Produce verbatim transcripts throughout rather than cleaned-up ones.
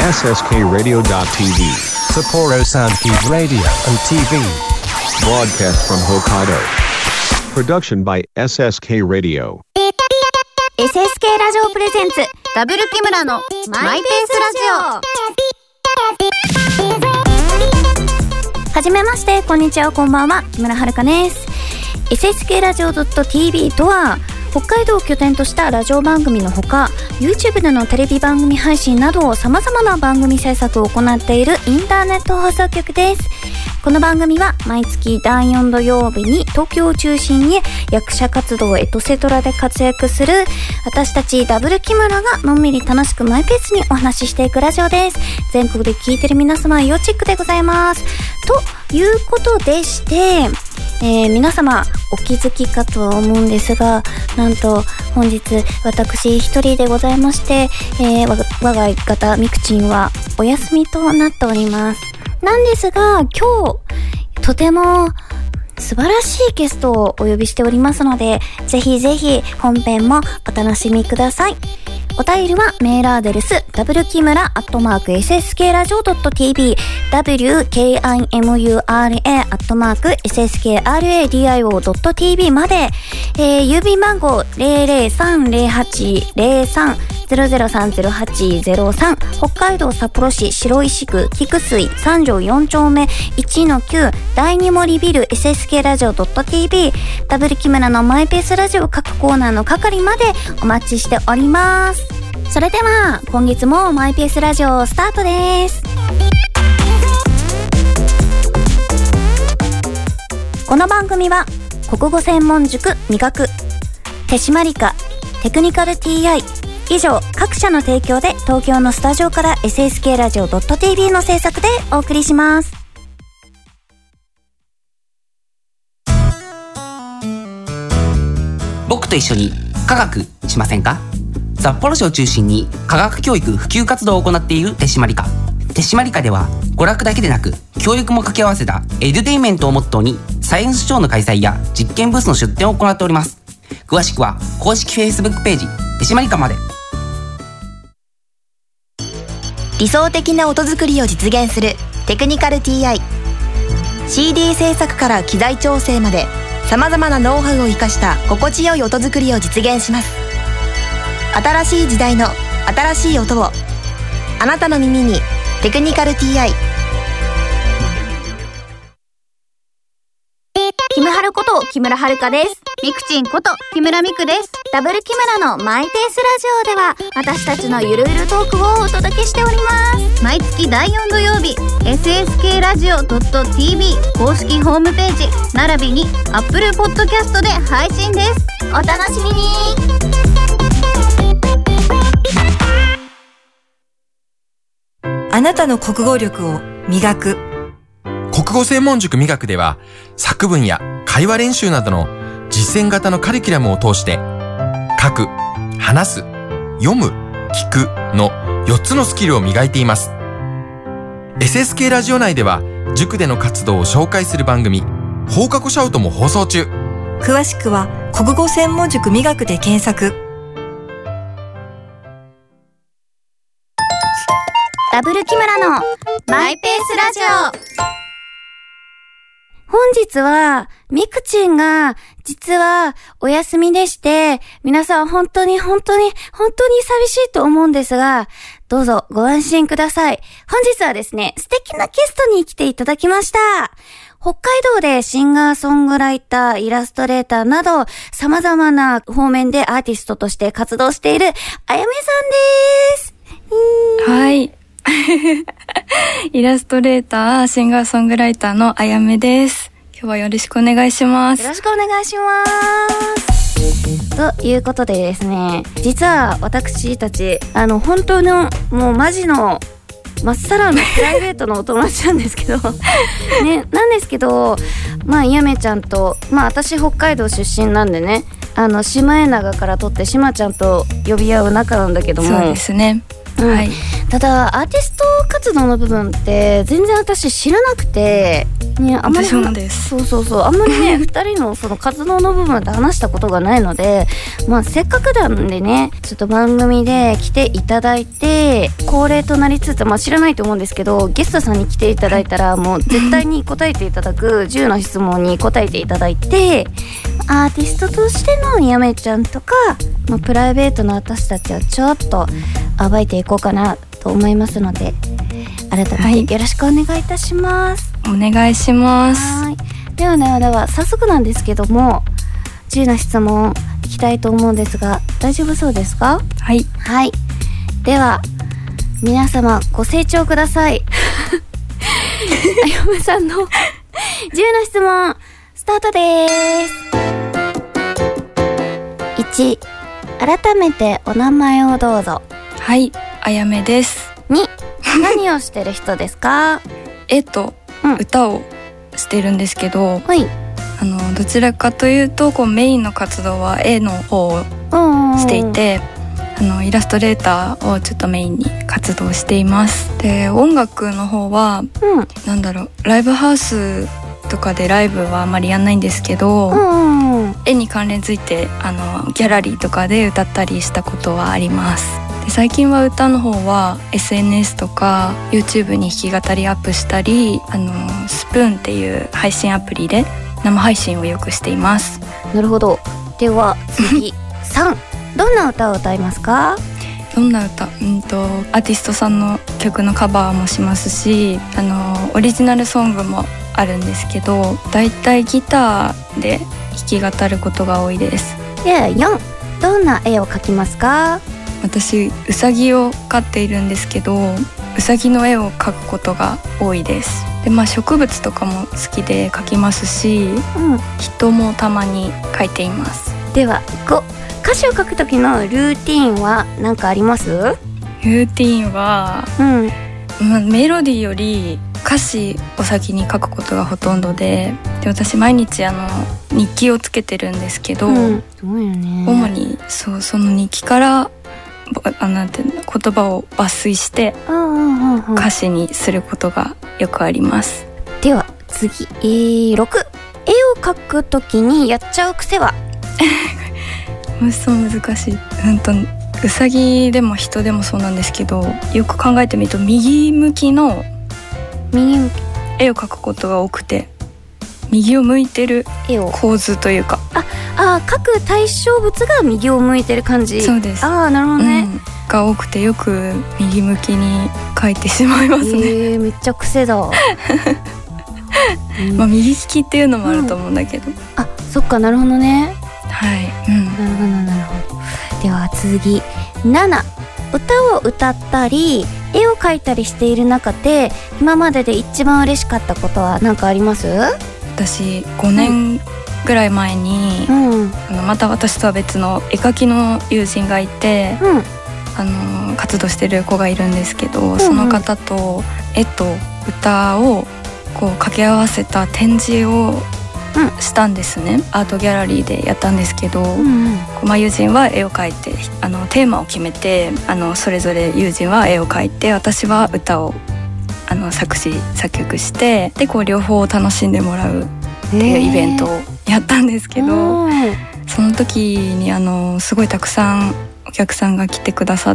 エスエスケー radio.tv Sapporo Soundkeep Radio and ティーブイ broadcast from Hokkaido production by エスエスケー radio エスエスケー ラジオプレゼンツダブル木村のマイペースラジオ。はじめまして、こんにちは、こんばんは、木村遥です。 エスエスケー ラジオ ドットティーブイ とは北海道を拠点としたラジオ番組のほか YouTube でのテレビ番組配信など様々な番組制作を行っているインターネット放送局です。この番組は毎月だいよん土曜日に東京を中心に役者活動エトセトラで活躍する私たちダブル木村がのんびり楽しくマイペースにお話ししていくラジオです。全国で聞いてる皆様要チェックでございます。ということでして、えー、皆様お気づきかとは思うんですが、なんと本日私一人でございまして、えー、我が我が方みくちんはお休みとなっております。なんですが今日とても素晴らしいゲストをお呼びしておりますので、ぜひぜひ本編もお楽しみください。お便りはメールアドレス ダブルキムラ アットマーク エスエスケーラジオ ドットティーブイ ダブリューケーアイエムユーアールエー アットマーク エスエスケーアールエーディーアイオー ドットティーブイ まで、えー、郵便番号 ゼロゼロさんゼロはちゼロさん ゼロゼロさんゼロはちゼロさん 北海道札幌市白石区菊水三条よん丁目 いちのきゅう 第二森ビル エスエスケーラジオ ドットティーブイ ダブル木村のマイペースラジオ各コーナーの係までお待ちしております。それでは今月もマイペースラジオスタートです。この番組は国語専門塾磨く、手締まりか、テクニカル ティーアイ 以上各社の提供で東京のスタジオから エスエスケーラジオ ドットティーブイ の制作でお送りします。 僕と一緒に科学しませんか？札幌市を中心に科学教育普及活動を行っている手締まり課。手締まり課では娯楽だけでなく教育も掛け合わせたエデュテインメントをモットーにサイエンスショーの開催や実験ブースの出展を行っております。詳しくは公式 Facebook ページ手締まり課まで。 理想的な音作りを実現するテクニカル ティーアイ。 シーディー 制作から機材調整までさまざまなノウハウを生かした心地よい音作りを実現します。新しい時代の新しい音をあなたの耳に。テクニカル ティーアイ。 キムハルこと木村遥です。ミクチンこと木村ミクです。ダブル木村のマイペースラジオでは私たちのゆるゆるトークをお届けしております。毎月だいよん土曜日 エスエスケーラジオ ドットティーブイ 公式ホームページ並びに Apple Podcast で配信です。お楽しみに。 あなたの国語力を磨く。 国語専門塾磨くでは作文や会話練習などの実践型のカリキュラムを通して書く、話す、読む、聞くのよっつのスキルを磨いています。 エスエスケー ラジオ内では塾での活動を紹介する番組放課後シャウトも放送中。 詳しくは国語専門塾磨くで検索。 ダブル木村のマイペースラジオ。本日はミクチンが実はお休みでして、皆さん本当に本当に本当に寂しいと思うんですが、どうぞご安心ください。本日はですね、素敵なゲストに来ていただきました。北海道でシンガーソングライター、イラストレーターなど様々な方面でアーティストとして活動しているあやめさんです。 はい。イラストレーター、シンガーソングライターのあやめです。今日はよろしくお願いします。 よろしくお願いします。ということでですね、実は私たちあの本当のもうマジのまっさらのプライベートのお友達なんですけどね、なんですけど、まあやめちゃんと、まあ私北海道出身なんでね、あのシマエナガから取ってしまちゃんと呼び合う仲なんだけども、 そうですね。 うん、 はい、 ただアーティスト活動の部分って全然私知らなくて、ね、あんまり私もです。 そうそうそう、あんまりねふたりのその活動の部分で話したことがないので、まあせっかくなんでね、ちょっと番組で来ていただいて、恒例となりつつ、まあ知らないと思うんですけど、ゲストさんに来ていただいたらもう絶対に答えていただくじゅうの質問に答えていただいて、アーティストとしてのやめちゃんとか、まあ、プライベートの私たちをちょっと暴いていこうかなと思いますので、改めてよろしくお願いいたします。 お願いします。 はい、ではではでは早速なんですけども、じゅうの質問いきたいと思うんですが、大丈夫そうですか？ はい。 はい。では皆様ご清聴ください。あやめさんのじゅうの質問スタートです。いち、改めてお名前をどうぞ。 はい、あやめです。 に、何をしてる人ですか？ 絵と歌をしてるんですけど、 はい、 あのどちらかというとこうメインの活動は絵の方をしていて、あのイラストレーターをちょっとメインに活動しています。で、音楽の方は、うん、なんだろう、ライブハウスとかでライブはあまりやんないんですけど、うん、絵に関連ついてあのギャラリーとかで歌ったりしたことはあります。で、最近は歌の方は エスエヌエス とか YouTube に弾き語りアップしたり、あのスプーンっていう配信アプリで生配信をよくしています。 なるほど。では次さん、どんな歌を歌いますか？ どんな歌、うんとアーティストさんの曲のカバーもしますし、あのオリジナルソングもあるんですけど、だいたいギターで弾き語ることが多いです。 ではよん、どんな絵を描きますか？ 私ウサギを飼っているんですけど、ウサギの絵を描くことが多いです。で、まあ植物とかも好きで描きますし、うん、人もたまに描いています。 ではご、歌詞を書く時のルーティーンは何かあります？ルーティーンは、うんまあ、メロディーより歌詞を先に書くことがほとんどで、で私毎日あの日記をつけてるんですけど、うん、すごいよね。主にそうその日記からあなんていうの、言葉を抜粋して歌詞にすることがよくあります。 では次、えー、ろく、絵を描くときにやっちゃう癖は？ そう難しい。うんとうさぎでも人でもそうなんですけど、よく考えてみると右向きの右向き絵を描くことが多くて、右を向いてる構図というか、 ああ、描く対象物が右を向いてる感じ。 そうです。 ああ、なるほどね、うん、 が多くて、よく右向きに描いてしまいますね。 えー、めっちゃ癖だ。 まあ右利きっていうのもあると思うんだけど、うん、 あ、そっか、なるほどね。 はい、うん、 なるほどなるほど。では次なな、歌を歌ったり絵を描いたりしている中で今までで一番嬉しかったことは何かあります？ 私ごねんぐらい前に、うん、あのまた私とは別の絵描きの友人がいて、うん、あの活動してる子がいるんですけど、うんうん、その方と絵と歌をこう掛け合わせた展示をしたんですね、うん、アートギャラリーでやったんですけど、うんうん、まあ、友人は絵を描いて、あのテーマを決めて、あのそれぞれ友人は絵を描いて、私は歌をあの作詞作曲して、でこう両方を楽しんでもらうっていうイベントをやったんですけど、その時にあのすごいたくさんお客さんが来てくださって、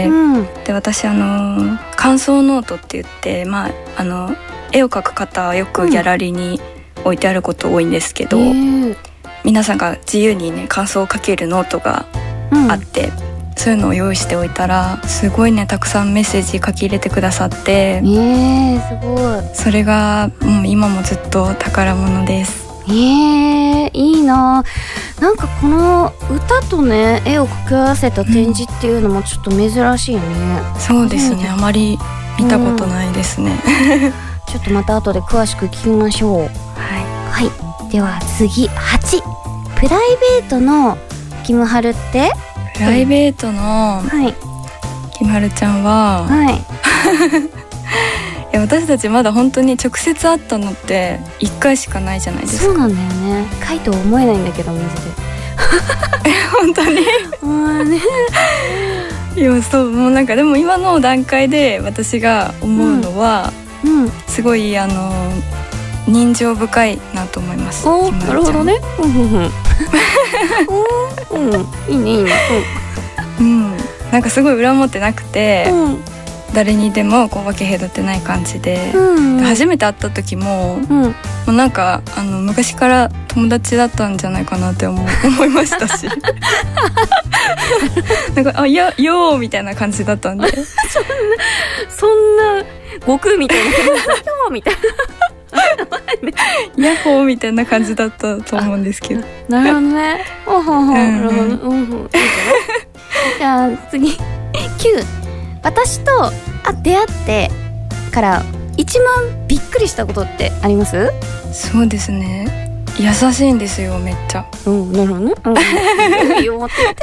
うん、で私あの感想ノートって言って、まあ、あの絵を描く方はよくギャラリーに置いてあること多いんですけど、うん、皆さんが自由にね感想を書けるノートがあって、うん、そういうのを用意しておいたらすごいねたくさんメッセージ書き入れてくださって、 えー、すごい。 それがもう今もずっと宝物です。 えー、いいな。なんかこの歌とね絵を掛け合わせた展示っていうのもちょっと珍しいね、 うん、そうですね、あまり見たことないですね、 うん、ちょっとまた後で詳しく聞きましょう。はい、はい、では次はち、プライベートのキムハルって？ プライベートのキムハルちゃんは、はいいや私たちまだ本当に直接会ったのっていっかいしかないじゃないですか。 そうなんだよね。カイと思えないんだけどマジで本当にもうねいやそうもうなんかでも今の段階で私が思うのは、 うんうん、 すごいあの人情深いなと思います。 おー、なるほどね。うんうんうん、いいねいいね。 うん、なんかすごい裏表なくて、 うん、 誰にでもこう分け隔てない感じで、 うんうん、 初めて会った時も、 うん、もうなんかあの昔から友達だったんじゃないかなって思う思いましたしなんかあやよーみたいな感じだったんでそんな悟空みたいな感じだったよーみたいなヤッホーみたいな感じだったと思うんですけど。 なるほどね。おほほ、なるほど。うんうん。いいじゃあ次きゅう。私とあ出会ってから一番びっくりしたことってあります？ そうですね。優しいんですよめっちゃ。 うん、なるほどね。うん。いいよ持ってって。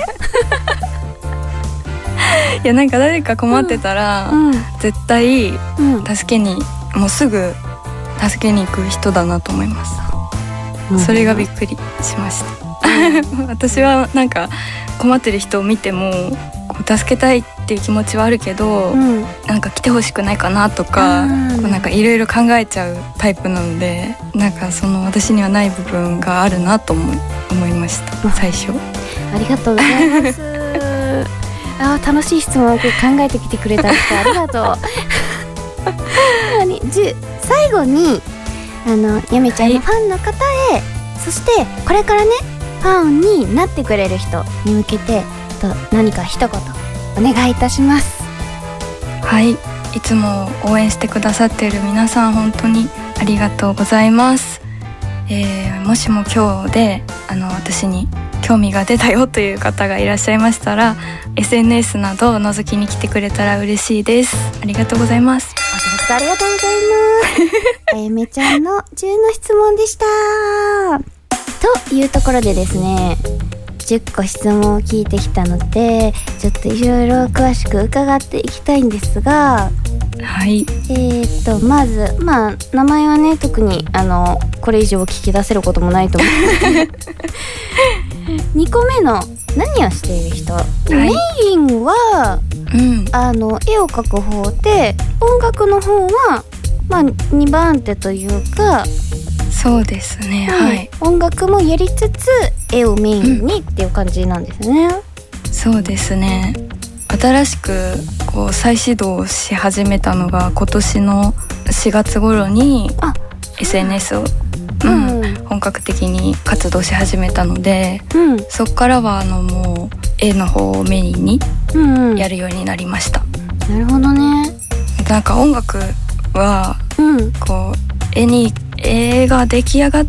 いやなんか誰か困ってたら、うん、絶対助けに、うん、もうすぐ助けに行く人だなと思います、うん、それがびっくりしました私はなんか困ってる人を見てもこう助けたいっていう気持ちはあるけど、うん、なんか来てほしくないかなとか、うん、こうなんかいろいろ考えちゃうタイプなのでなんかその私にはない部分があるなと思い、思いました最初。 ありがとうございますあ楽しい質問を考えてきてくれた人ありがとうじゅう最後にあのやめちゃんのファンの方へ、はい、そしてこれからねファンになってくれる人に向けてと何か一言お願いいたします。 はい、いつも応援してくださっている皆さん本当にありがとうございます、えー、もしも今日であの私に興味が出たよという方がいらっしゃいましたら エスエヌエス などを覗きに来てくれたら嬉しいです。ありがとうございます。 ありがとうございますあやめちゃんのじゅうの質問でしたというところでですねじゅっこ質問を聞いてきたのでちょっといろいろ詳しく伺っていきたいんですがはいえーとまずまあ名前はね特にあのこれ以上聞き出せることもないと思うにこめの何をしている人、はい、メインは、うん、あの絵を描く方で音楽の方は、まあ、にばん手というかそうですね、 うん、はい音楽もやりつつ絵をメインにっていう感じなんですね、うん、 そうですね新しくこう再始動し始めたのが今年のしがつ頃に エスエヌエス をうんうん、本格的に活動し始めたので、うん、そっからはあのもう絵の方をメインにやるようになりました、 うんうん、なるほどね。 なんか音楽は、うん、こう絵に絵が出来上がって、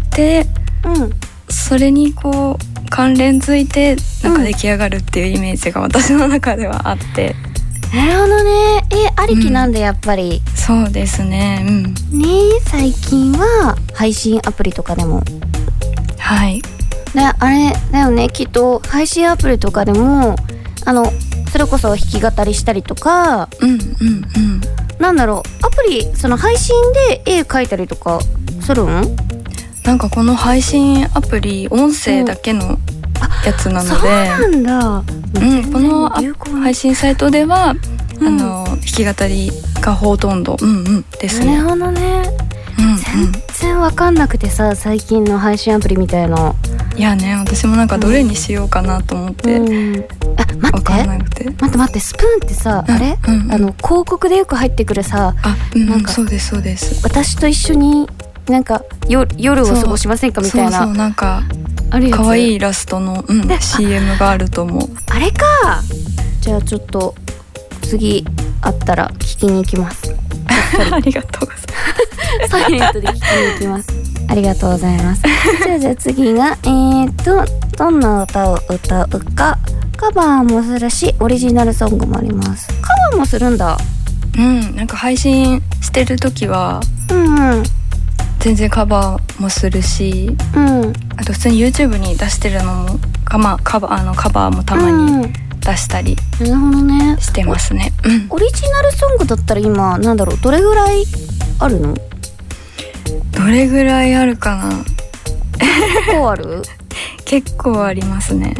うん、それにこう関連づいてなんか出来上がるっていうイメージが私の中ではあって、 うん、なるほどね。絵ありきなんだ、うん、やっぱり。 そうですね、うん、 ね最近は配信アプリとかでもはいであれだよねきっと配信アプリとかでもあのそれこそ弾き語りしたりとかうんうんうんなんだろうアプリその配信で絵描いたりとかするん？ なんかこの配信アプリ音声だけのやつなので、うん、そうなんだ、 うん、この配信サイトでは、うん、あの弾き語りがほとんど、うんうん、ですね。 なるほどね、うんうん、全然わかんなくてさ最近の配信アプリみたいな。 いやね私もなんかどれにしようかなと思って、うん、 あ待って待って待ってスプーンってさ、うん、あれ、うんうん、あの広告でよく入ってくるさあ、うん、なんかそうですそうです私と一緒になんかよ夜を過ごしませんかみたいなそうそうなんか可愛いイラストの、うん、シーエム があると思う。 あれかじゃあちょっと次会ったら聞きに行きますありがとうございますサイレントで聞きに行きますありがとうございますじゃあじゃあ次がえーとどんな歌を歌うかカバーもするしオリジナルソングもあります。カバーもするんだ。 うんなんか配信してる時はうんうん全然カバーもするし、うん、あと普通に YouTube に出してるのもカバー、カバー、あのカバーもたまに出したりしてますね、 うん、オリジナルソングだったら今なんだろうどれぐらいあるの？ どれぐらいあるかな結構ある？ 結構ありますね。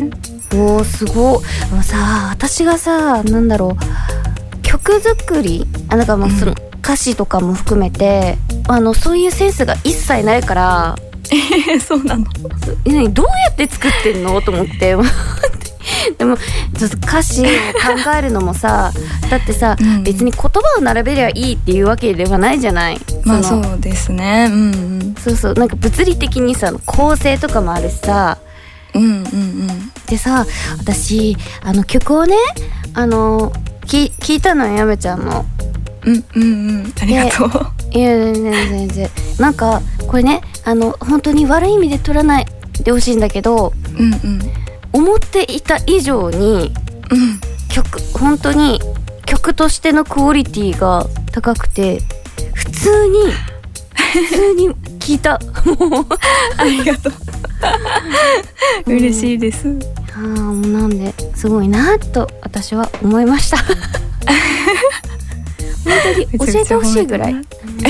おーすごい。もうさ私がさなんだろう曲作りあなんかもうその、うん、歌詞とかも含めてあのそういうセンスが一切ないからえー、そうなのえどうやって作ってんのと思ってでもちょっと歌詞を考えるのもさだってさ、うん、別に言葉を並べりゃいいっていうわけではないじゃない。 まあそうですね、うんうん、 そうそうなんか物理的にさ構成とかもあるしさうんうんうんでさ私あの曲をねあのき聞いたのよやめちゃんのうんうんうんありがとう。 いや全然全然なんかこれねあの本当に悪い意味で取らないでほしいんだけど、 うんうん、 思っていた以上に、 うん、 曲本当に曲としてのクオリティが高くて普通に普通に聞いたもうありがとう嬉しいです、うん、 あもうなんですごいなと私は思いました本当に教えてほしいぐらい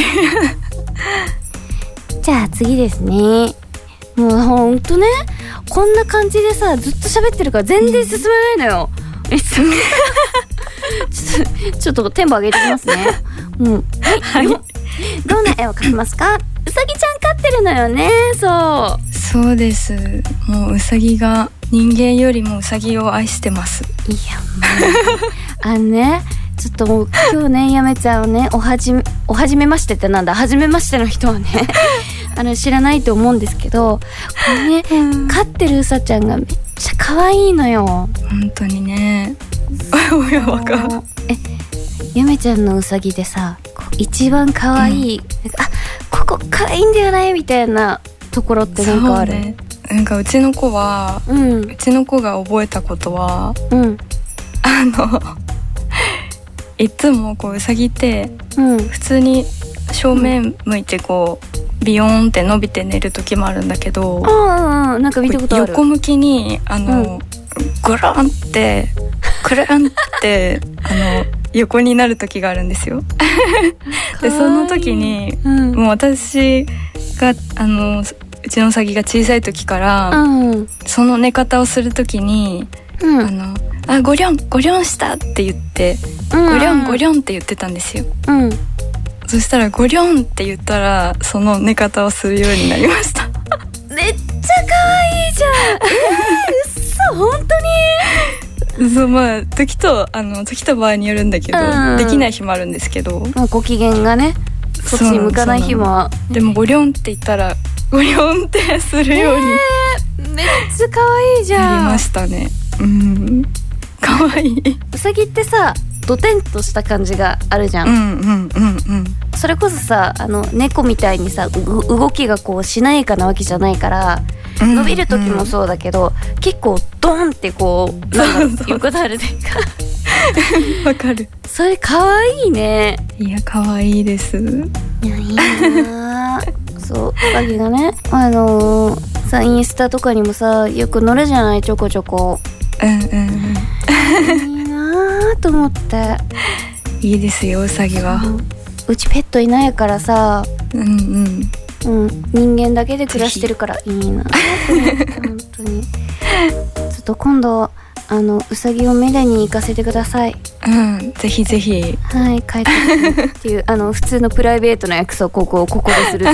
じゃあ次ですね。もうほんとねこんな感じでさずっと喋ってるから全然進めないのよ、うん、ちょっとちょっとテンポ上げてきますね。うん、はい、はい、どんな絵を描きますか？うさぎちゃん飼ってるのよね。そうそうです。もううさぎが人間よりもうさぎを愛してます。 いやもうあのねちょっともう今日ねやめちゃんをねおはじめおはじめましてってなんだはじめましての人はねあの知らないと思うんですけどこれね、うん、飼ってるうさちゃんがめっちゃ可愛いのよ。 本当にね親バカえやめちゃんのうさぎでさ一番可愛い、うん、あここ可愛いんだよねみたいなところってなんかある？ ね、なんかうちの子は、うん、うちの子が覚えたことは、うん、あのいつもこううさぎって、うん、普通に正面向いてこうビヨーンって伸びて寝る時もあるんだけど、 ああなんか見たことある。 横向きにあの、うん、ゴロンってクルンってあの横になる時があるんですよでその時に、うん、もう私があのうちのうさぎが小さい時から、うん、その寝方をする時に、うん、あのあゴリョンゴリョンしたって言って、うん、ゴリョンゴリョンって言ってたんですよ、うん、そしたらゴリョンって言ったらその寝方をするようになりましためっちゃ可愛いじゃんえー、うっそ本当にそうまあ時とあの時と場合によるんだけど、うん、できない日もあるんですけど、 まあ、ご機嫌がねそっちに向かない日もでもゴリョンって言ったらゴリョンってするように、 えー、めっちゃ可愛いじゃん。 やりましたね。うん可愛いうさぎってさドテンとした感じがあるじゃん。 うんうんうんうんそれこそさあの猫みたいにさ動きがこうしなやかなわけじゃないから、うんうん、伸びる時もそうだけど結構ドンってこうなんか横たわるというかわかる。 それ可愛いね。 いや可愛いです。 いやいいなそううさぎがねあのー、さインスタとかにもさよく載るじゃないちょこちょこ。 うんうんうんいいなと思って。 いいですようさぎは。 うちペットいないからさ、 うんうんうん、人間だけで暮らしてるからいいなと思って本当にちょっと今度あのうさぎをめでに行かせてください。 うんぜひぜひ。 はい帰ってくるっていうあの普通のプライベートな約束をここでする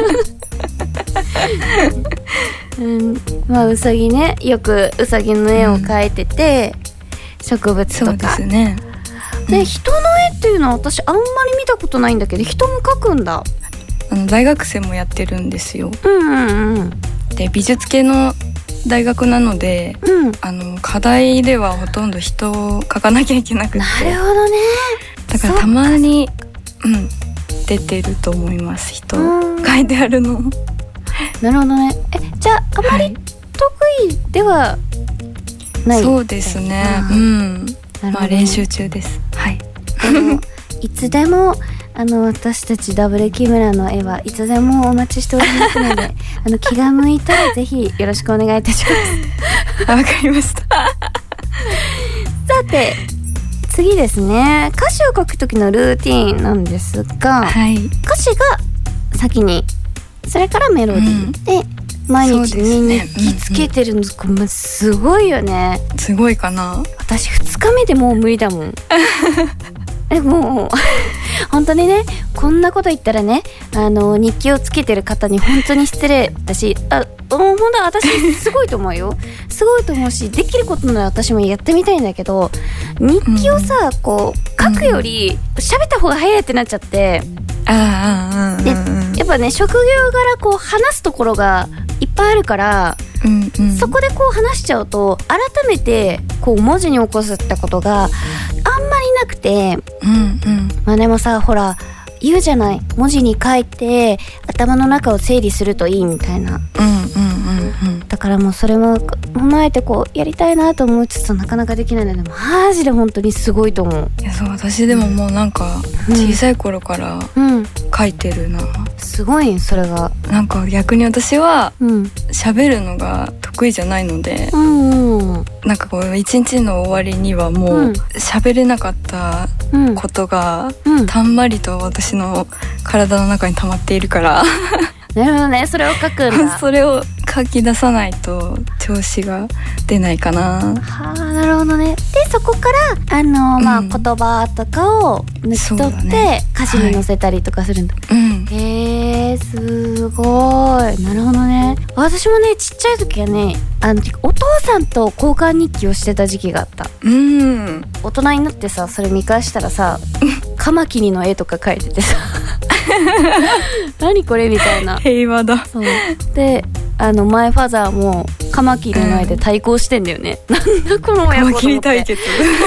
うん、まあうさぎねよくうさぎの絵を描いてて、うん、植物とかそうですね。 で、うん、人の絵っていうのは私あんまり見たことないんだけど人も描くんだ。 あの大学生もやってるんですよ。 うんうんうん。 で美術系の大学なので、うん、あの課題ではほとんど人を描かなきゃいけなくて。 なるほどね。 だからたまにうん出てると思います人描いてあるの。 なるほどね。えじゃああまり得意ではない、はい、 そうですね。うん。まあ練習中です。はい。 あのいつでもあの私たちダブル木村の絵はいつでもお待ちしておりますのであの気が向いたらぜひよろしくお願いいたします。 わかりました。 さて次ですね歌詞を書く時のルーティーンなんですが、 はい、 歌詞が先にそれからメロディー、うん、で毎日に日記つけてるの、うんうん、すごいよね。 すごいかな。 私ふつかめでもう無理だもんえもう本当にね、こんなこと言ったらね、あの日記をつけてる方に本当に失礼だし、あ、本当私すごいと思うよすごいと思うし、できることなら私もやってみたいんだけど、日記をさ、うん、こう書くより喋った方が早いってなっちゃって、 ああ、 でやっぱね、職業柄こう話すところがいっぱいあるから、うんうん、そこでこう話しちゃうと改めてこう文字に起こすってことがあんまりなくて、うんうん、まあでもさ、ほら言うじゃない、文字に書いて頭の中を整理するといいみたいな、うんうんうんうん、だからもうそれも踏まえてこうやりたいなと思いつつなかなかできないので、マジで本当にすごいと思う。 いや、そう、私でももうなんか小さい頃から書いてるな、うんうん、 すごい。それがなんか逆に私は喋るのが得意じゃないので、 うんうん、 なんかこう一日の終わりにはもう喋れなかったことがたんまりと私の体の中に溜まっているからなるほどね、それを書くんだそれを書き出さないと調子が出ないかな。 はあ、なるほどね。でそこからあの、うん、まあ言葉とかを抜き取って、ね、歌詞に載せたりとかするんだ、はい、うん、へえ、すごい。なるほどね。私もね、ちっちゃい時はね、あのお父さんと交換日記をしてた時期があった。 うん、 大人になってさ、それ見返したらさカマキリの絵とか描いててさ何これみたいな。 平和だ。 そうで、あのマイファザーもカマキリの絵で対抗してんだよね、うん、なんだこの親子と思って。カマキリ対決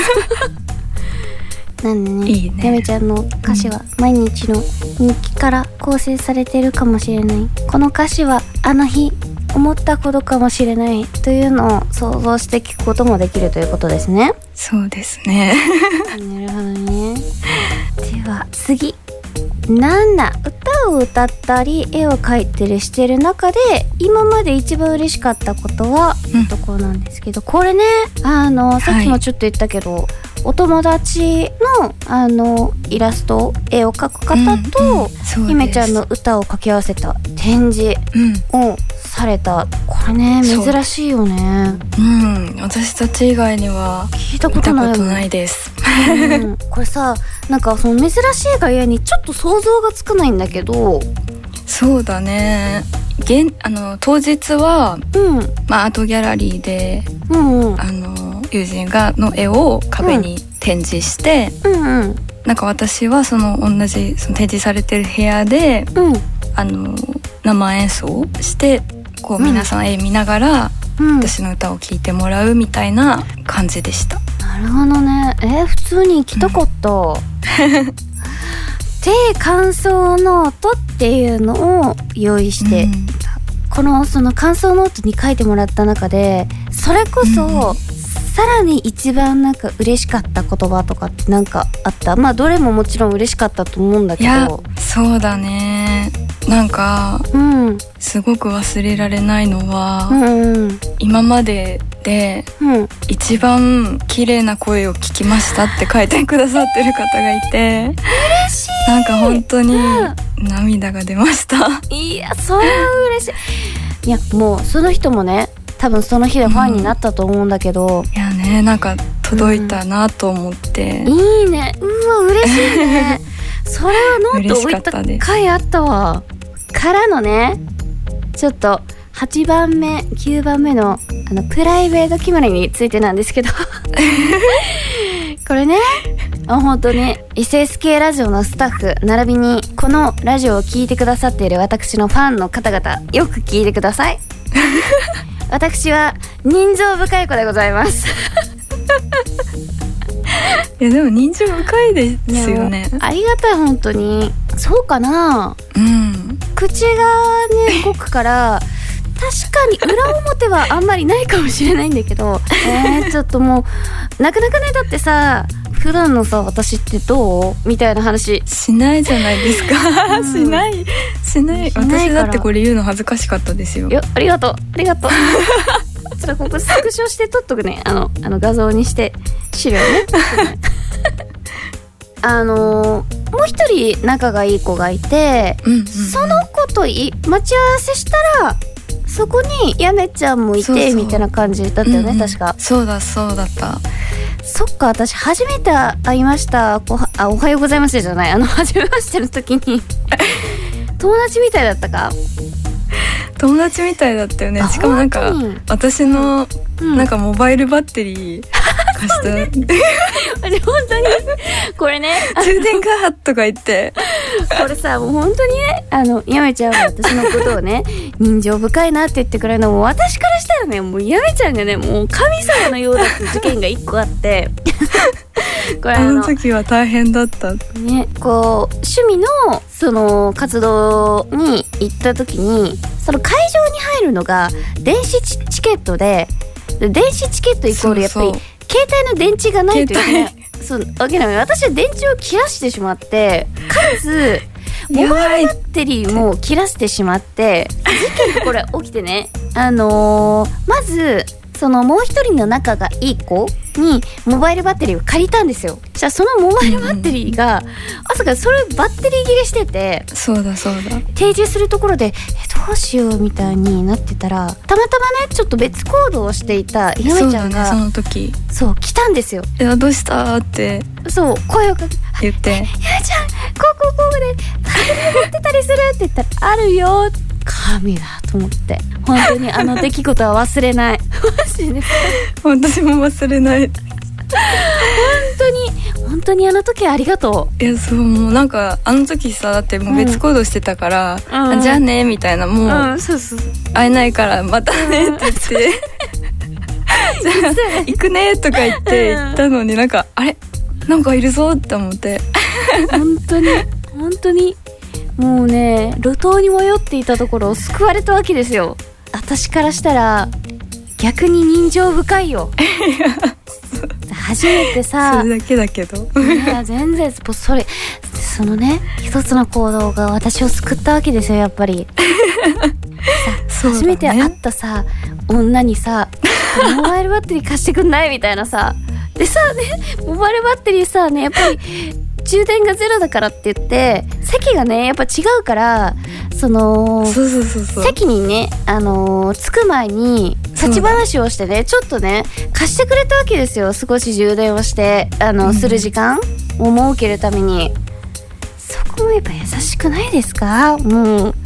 なんでね、いいね、やめちゃんの歌詞は毎日の日記から構成されているかもしれない、この歌詞はあの日思ったことかもしれないというのを想像して聞くこともできるということですね。 そうですねなるほどね。では次、なんだ、歌を歌ったり絵を描いたりしてる中で今まで一番嬉しかったことは、うん、ところなんですけど、これね、あのさっきもちょっと言ったけど、はい、お友達のあのイラスト、絵を描く方と、うんうん、姫ちゃんの歌を掛け合わせた展示をされた、これね珍しいよね。 うん、私たち以外には聞いたことない、 見たことないです、 うん、これさ、なんかその珍しいがゆえにちょっと想像がつかないんだけど。 そうだね、現あの当日は、うん、まあ、アートギャラリーで、うんうん、あの友人がの絵を壁に展示して、うんうんうん、なんか私はその同じその展示されてる部屋で、うん、あの生演奏してこう皆さん絵見ながら、うん、私の歌を聴いてもらうみたいな感じでした。 なるほどね。えー、普通に行きたかった、うんで、感想ノートっていうのを用意して、うん、このその感想ノートに書いてもらった中で、それこそ、うん、さらに一番なんか嬉しかった言葉とかってなんかあった？まあどれももちろん嬉しかったと思うんだけど。いや、 そうだね。なんか、うん、すごく忘れられないのは、うんうん、今までで、うん、一番綺麗な声を聞きましたって書いてくださってる方がいて、 嬉しい。 なんか本当に涙が出ました、うん、 いや、それは嬉しい。いや、もうその人もね、多分その日でファンになったと思うんだけど、 うん、いやね、なんか届いたなと思って、 うん、いいね。うわ、嬉しいねそれはノート置いた回あったわ。からのね、ちょっとはちばんめきゅうばんめのあのプライベート決まりについてなんですけどこれね、本当に エスエスケー ラジオのスタッフ並びにこのラジオを聞いてくださっている私のファンの方々、よく聞いてください私は人情深い子でございますいや、でも人情深いですよね。 ありがたい、本当に。そうかな、うん、口がね動くから確かに裏表はあんまりないかもしれないんだけどえー、ちょっともうなかなかね、だってさ、普段のさ私ってどうみたいな話しないじゃないですか、うん、しないしない。私だってこれ言うの恥ずかしかったですよ。 いや、ありがとうありがとうちょっとここスクショして撮っとくね、あのあの画像にして資料ねあのー、もう一人仲がいい子がいて、うんうんうん、その子とい待ち合わせしたらそこにやめちゃんもいて、そうそうみたいな感じだったよね、うんうん、確か。 そうだそうだった。 そっか、私初めて会いましたお は, あおはようございますじゃない、あの初めましての時に友達みたいだったか。 友達みたいだったよね。しかもなんか私のなんかモバイルバッテリー貸した、うん、本当にこれね充電がとか言ってこれさ、もう本当にね、あのやめちゃんは私のことをね人情深いなって言ってくれるのも、私からしたらね、もうやめちゃんがね、もう神様のようだって事件が一個あってこれあの、 あの時は大変だったね。こう趣味のその活動に行った時に、その会場に入るのが電子チケットで、電子チケットイコールやっぱり携帯の電池がないといけない、そうわけなのよ。私は電池を切らしてしまって、かつモバイルバッテリーも切らしてしまって、事件がこれ起きてね、あのー、まずそのもう一人の仲がいい子にモバイルバッテリーを借りたんですよ。そしたらそのモバイルバッテリーが、うん、朝からそれバッテリー切れしてて、 そうだそうだ、 提示するところでえどうしようみたいになってたら、たまたまねちょっと別行動をしていたゆめちゃんがそ,、ね、その時そう来たんですよ。 いやどうしたってそう声をかけ言って、ゆめちゃんこうこうこうでバッテリー持ってたりするって言ったら、あるよ。神だと思って、本当にあの出来事は忘れないマジで私も忘れない。 本当に本当にあの時ありがとう。いやそう、もうなんかあの時さ、だってもう別行動してたから、うん、じゃあねみたいな、もう、うん、そうそう会えないからまたねって言ってじゃあ行くねとか言って行ったのに、なんかあれなんかいるぞって思って本当に本当にもうね、路頭に迷っていたところを救われたわけですよ。私からしたら逆に人情深いよ初めてさ、 それだけだけどいや全然それそのね一つの行動が私を救ったわけですよ、やっぱりさ、初めて会ったさ女にさモバイルバッテリー貸してくんないみたいなさ、でさね、モバイルバッテリーさね、やっぱり充電がゼロだからって言って席がねやっぱ違うから、そのそうそうそうそう、 席にね、あのー、着く前に立ち話をしてね、ちょっとね貸してくれたわけですよ。少し充電をしてあの、うん、する時間を設けるために。そこもやっぱ優しくないですか？もう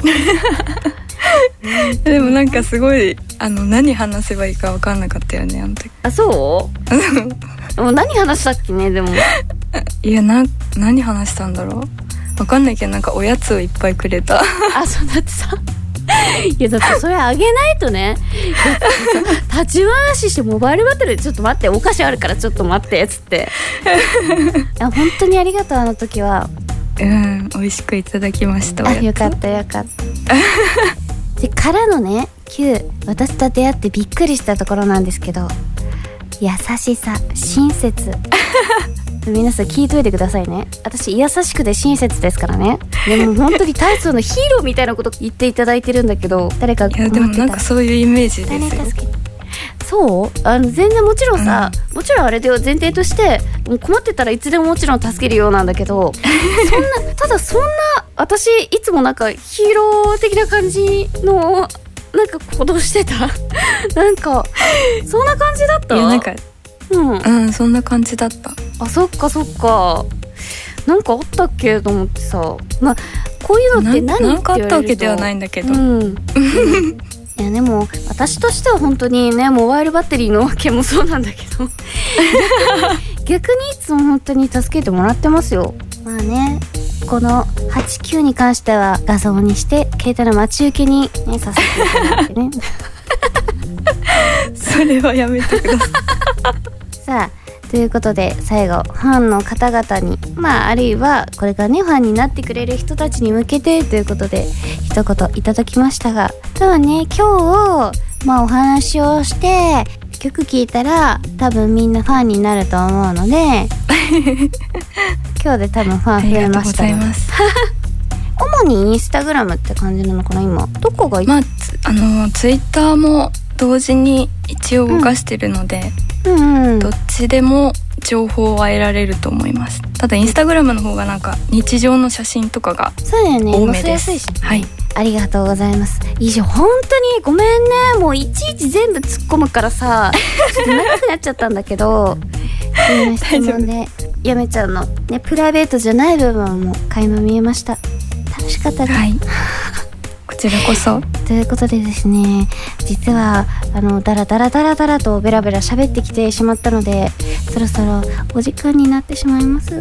でもなんかすごいあの何話せばいいか分かんなかったよね、あの時。 あ、そうもう何話したっけね。でもいやな、何話したんだろう分かんないけど、なんかおやつをいっぱいくれたあ、そうだってさいやだってそれあげないとね立ち話してモバイルバッテリーちょっと待って、お菓子あるからちょっと待ってっつっていや本当にありがとう、あの時は。 うん、美味しくいただきました。 あ、よかったよかったでからのね、旧私と出会ってびっくりしたところなんですけど、優しさ、親切皆さん聞いといてくださいね。私優しくて親切ですからね。でも本当にタイツのヒーローみたいなこと言っていただいてるんだけど、誰か思ってた？ いやでもなんかそういうイメージですよ。 そうあの全然もちろんさ、うん、もちろんあれで前提として困ってたらいつでももちろん助けるようなんだけどそんなただそんな私いつもなんかヒーロー的な感じのなんか行動してたなんかそんな感じだった？ いやなんかうん、うん、そんな感じだった。 あ、そっかそっか、なんかあったっけと思ってさ、まあこういうのって何なんかあったわけではないんだけど、 うん、いやでも私としては本当にね、モバイルバッテリーの件もそうなんだけど逆にいつも本当に助けてもらってますよ。まあね、このはちきゅうに関しては画像にして携帯の待ち受けに、ね、させていただいてねそれはやめてくださいさあということで最後ファンの方々に、まああるいはこれからねファンになってくれる人たちに向けてということで一言いただきましたが、ただね今日まあお話をして曲聴いたら多分みんなファンになると思うので今日で多分ファン増えましたね。ありがとうございます主にインスタグラムって感じなのかな今。どこがいい？ まああのツイッターも同時に一応動かしてるので、うんうんうん、どっちでも情報は得られると思います。ただインスタグラムの方がなんか日常の写真とかが多めです。 そうだよね、載せやすいし、ね、 はい、 ありがとうございます。いいじゃん、本当にごめんね、もういちいち全部突っ込むからさちょっと長くなっちゃったんだけど今の質問でやめちゃうのね、プライベートじゃない部分も垣間見えました。楽しかったです、はい、 こちらこそ。 ということでですね、実はあのダラダラダラダラとベラベラ喋ってきてしまったので、そろそろお時間になってしまいます。う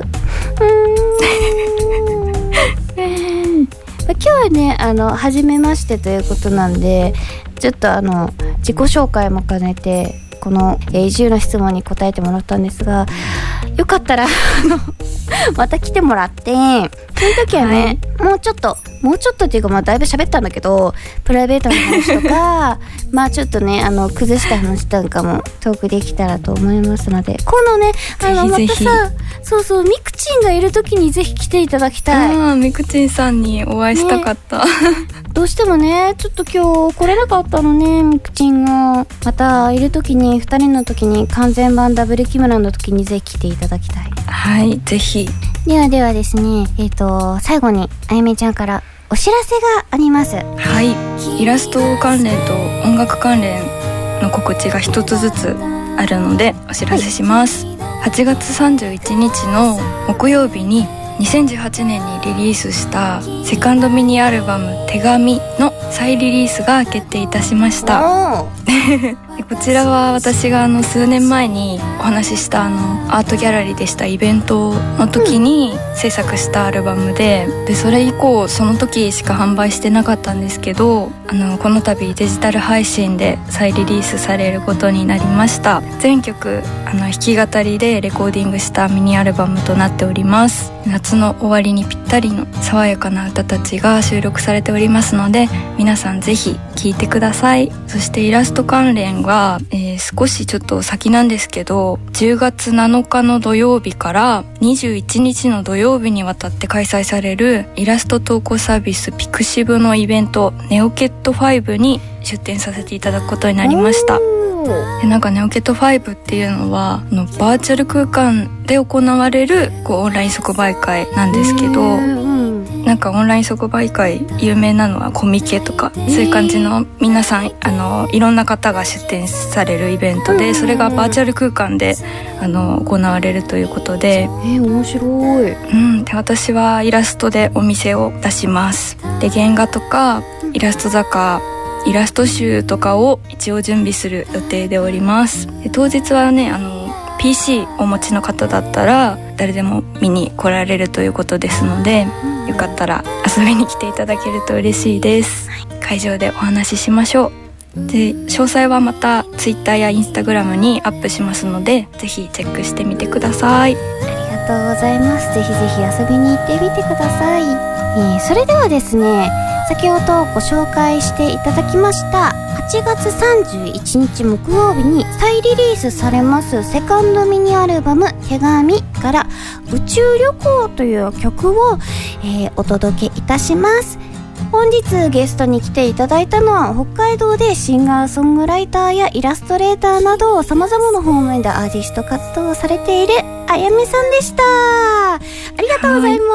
ーん今日はね、あの初めましてということなんで、ちょっとあの自己紹介も兼ねてこの、えー、自由な質問に答えてもらったんですが、よかったらあのまた来てもらって、その時はね、はい、もうちょっともうちょっとっていうか、まあだいぶ喋ったんだけど、プライベートの話とかまあちょっとね、あの崩した話なんかもトークできたらと思いますので、このね、あのまたさ、そうそう、みくちんがいる時にぜひ来ていただきたい。 ああ、みくちんさんにお会いしたかった、ね、 どうしてもね、ちょっと今日来れなかったのね、みくちんが。またいる時に、ふたりの時に、完全版ダブル木村の時にぜひ来ていただきたい。 はい、ぜひ。 ではではですね、えっと最後にあやめちゃんからお知らせがあります。 はい、イラスト関連と音楽関連の告知が一つずつあるのでお知らせします、はい、はちがつさんじゅういちにちの木曜日ににせんじゅうはちねんにリリースしたセカンドミニアルバム手紙の再リリースが決定いたしましたこちらは私があの数年前にお話ししたあのアートギャラリーでしたイベントの時に制作したアルバムで、でそれ以降その時しか販売してなかったんですけど、あのこの度デジタル配信で再リリースされることになりました。全曲あの弾き語りでレコーディングしたミニアルバムとなっております。夏の終わりにぴったりの爽やかな歌たちが収録されておりますので、皆さんぜひ聴いてください。そしてイラスト関連は、えー、少しちょっと先なんですけど、じゅうがつなのかの土曜日からにじゅういちにちの土曜日にわたって開催されるイラスト投稿サービスピクシブのイベントネオケットファイブに出展させていただくことになりました。でなんかネオケットファイブっていうのはあのバーチャル空間で行われるこうオンライン即売会なんですけど、なんかオンライン即売会有名なのはコミケとか、そういう感じの皆さんあのいろんな方が出展されるイベントで、それがバーチャル空間であの行われるということで、 えー、面白い、 うん、で私はイラストでお店を出します。で原画とかイラスト雑貨、イラスト集とかを一応準備する予定でおります。で当日はねあの ピーシー お持ちの方だったら誰でも見に来られるということですので、よかったら遊びに来ていただけると嬉しいです、はい、会場でお話ししましょう。で詳細はまた Twitter や Instagram にアップしますので、ぜひチェックしてみてください。 ありがとうございます。ぜひぜひ遊びに行ってみてください、えー、それではですね、先ほどご紹介していただきましたはちがつさんじゅういちにち木曜日に再リリースされますセカンドミニアルバム手紙から宇宙旅行という曲を、えー、お届けいたします。本日ゲストに来ていただいたのは北海道でシンガーソングライターやイラストレーターなど様々な方面でアーティスト活動をされているあやめさんでした。ありがとうございます。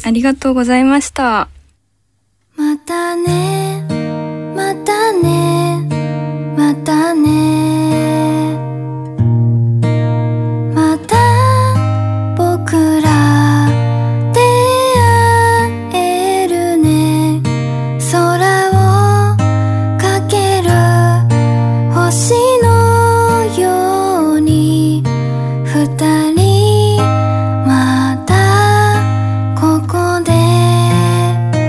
ありがとうございました。 またね、またね、またね、また僕ら出会えるね。空をかける星のように二人またここで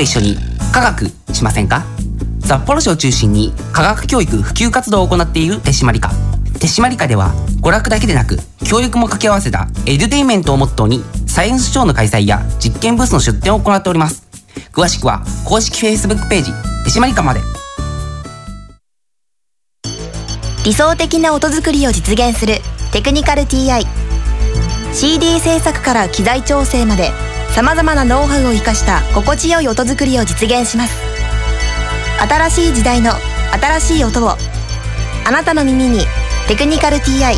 と一緒に科学しませんか？札幌市を中心に科学教育普及活動を行っている手締まり課。手締まり課では娯楽だけでなく教育も掛け合わせたエデュテインメントをモットーにサイエンスショーの開催や実験ブースの出展を行っております。詳しくは公式 Facebook ページ手締まり課まで。 理想的な音作りを実現するテクニカル ティーアイ。 シーディー 制作から機材調整までさまざまなノウハウを生かした心地よい音作りを実現します。新しい時代の新しい音をあなたの耳に。テクニカル ティーアイ。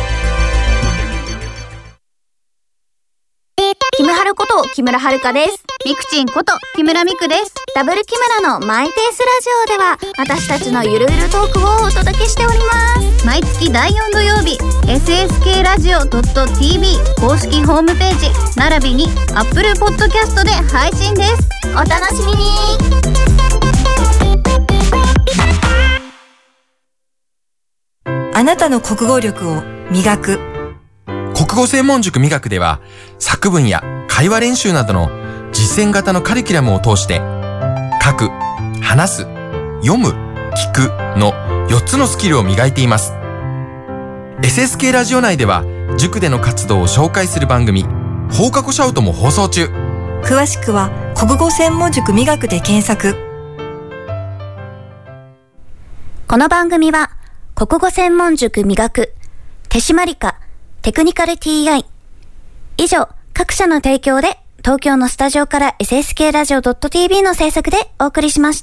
キムハルこと木村遥です。ミクチンこと木村ミクです。ダブル木村のマイペースラジオでは私たちのゆるゆるトークをお届けしております。毎月だいよん土曜日 エスエスケー ラジオ ドット ティービー 公式ホームページ並びに Apple Podcast で配信です。お楽しみに。 あなたの国語力を磨く。 国語専門塾磨くでは、作文や会話練習などの実践型のカリキュラムを通して、書く、話す、読む、聞くのよっつのスキルを磨いています。エスエスケー ラジオ内では、塾での活動を紹介する番組、放課後シャウトも放送中。 詳しくは国語専門塾磨くで検索。 この番組は国語専門塾磨く、手締まり課、テクニカル ティーアイ。以上、各社の提供で、東京のスタジオから エスエスケー ラジオ ドット ティービー の制作でお送りしました。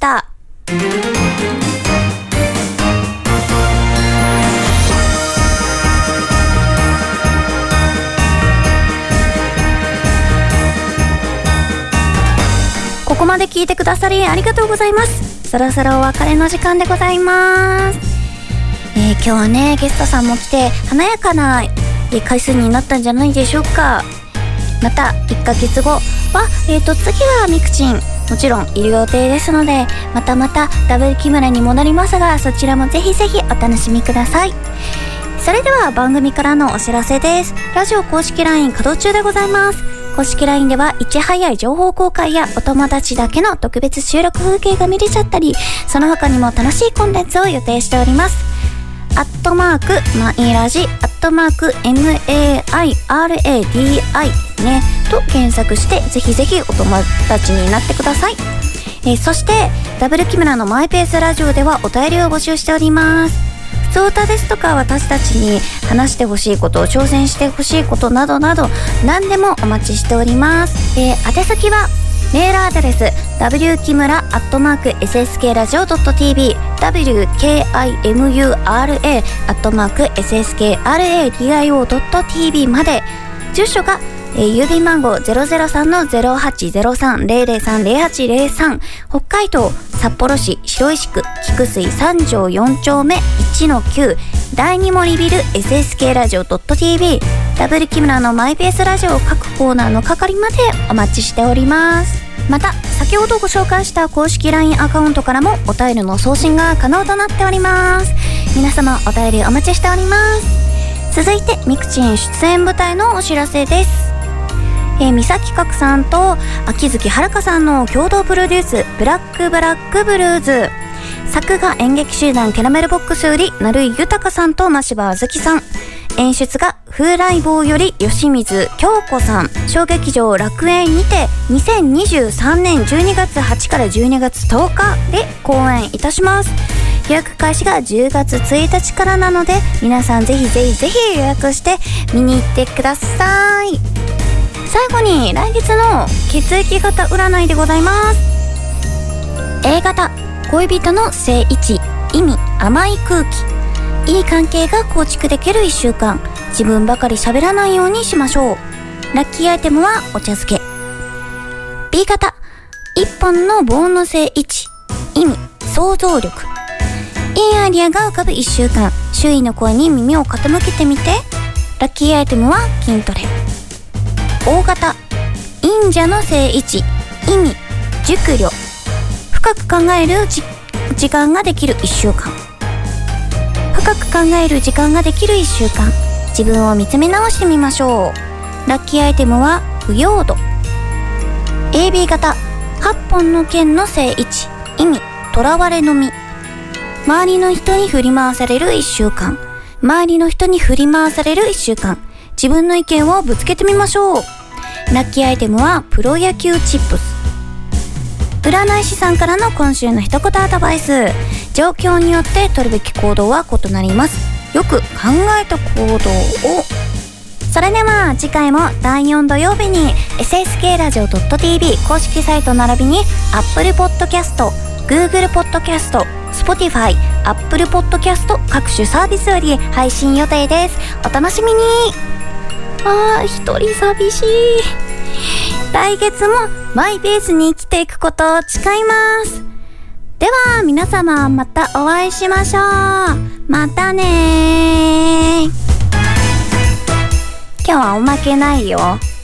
ここまで聞いてくださりありがとうございます。そろそろお別れの時間でございます。えー、今日はねゲストさんも来て華やかな回数になったんじゃないでしょうか。またいっかげつごはえーと次はミクチンもちろんいる予定ですので、またまたダブル木村に戻りますが、そちらもぜひぜひお楽しみください。それでは番組からのお知らせです。ラジオ公式 ライン 稼働中でございます。公式 ライン ではいち早い情報公開やお友達だけの特別収録風景が見れちゃったり、その他にも楽しいコンテンツを予定しております。アットマークマイラジ、アットマーク エムエーアイアールエーディーアイ ねと検索してぜひぜひお友達になってください。えー、そしてダブル木村のマイペースラジオではお便りを募集しております。普通歌ですとか私たちに話してほしいこと、挑戦してほしいことなどなど何でもお待ちしております。えー、宛先はメールアドレス ダブリュー キムラ アットマーク エスエスケー ラジオ ドット ティービー ダブリュー ケーアイエムユーアールエー アットマーク エスエスケーアールエーディーアイオー ドット ティービー まで。住所がえー、郵便番号 ゼロゼロさんのゼロはちゼロさん ゼロゼロさん ゼロはちゼロさん、北海道札幌市白石区菊水三条よん丁目いちのきゅうだいに森ビル エスエスケー ラジオ ドット ティービー ダブル木村のマイペースラジオ各コーナーの係までお待ちしております。また先ほどご紹介した公式 ライン アカウントからもお便りの送信が可能となっております。皆様お便りお待ちしております。続いてミクチン出演舞台のお知らせです。えー、三崎角さんと秋月遥さんの共同プロデュースブラックブラックブルーズ、作画演劇集団キャラメルボックスより成井豊さんと真柴あずきさん、演出が風来坊より吉水京子さん、小劇場楽園にてにせんにじゅうさんねんじゅうにがつはちからじゅうにがつとおかで公演いたします。予約開始がじゅうがつついたちからなので皆さんぜひぜひぜひ予約して見に行ってください。最後に来月の血液型占いでございます。 A 型、恋人の正位置、意味甘い空気、いい関係が構築できるいっしゅうかん、自分ばかり喋らないようにしましょう。ラッキーアイテムはお茶漬け。 B 型、一本の棒の正位置、意味想像力、いいアイディアが浮かぶいっしゅうかん、周囲の声に耳を傾けてみて。ラッキーアイテムは筋トレ。O 型、忍者の正位置、意味熟慮、深く考えるじ時間ができるいっしゅうかん、深く考える時間ができるいっしゅうかん、自分を見つめ直してみましょう。ラッキーアイテムは腐葉土。 エービー 型、 はっぽんの剣の正位置、意味、囚われの身。周りの人に振り回されるいっしゅうかん。周りの人に振り回されるいっしゅうかん。自分の意見をぶつけてみましょう。ラッキーアイテムはプロ野球チップス。占い師さんからの今週の一言アドバイス。状況によって取るべき行動は異なります。よく考えた行動を。それでは次回もだいよん土曜日に エスエスケーラジオ ドット ティーブイ 公式サイト並びに Apple Podcast、Google Podcast、Spotify、Apple Podcast 各種サービスより配信予定です。お楽しみに。あー、一人寂しい。来月もマイペースに生きていくことを誓います。では皆様またお会いしましょう。またねー。今日はおまけないよ。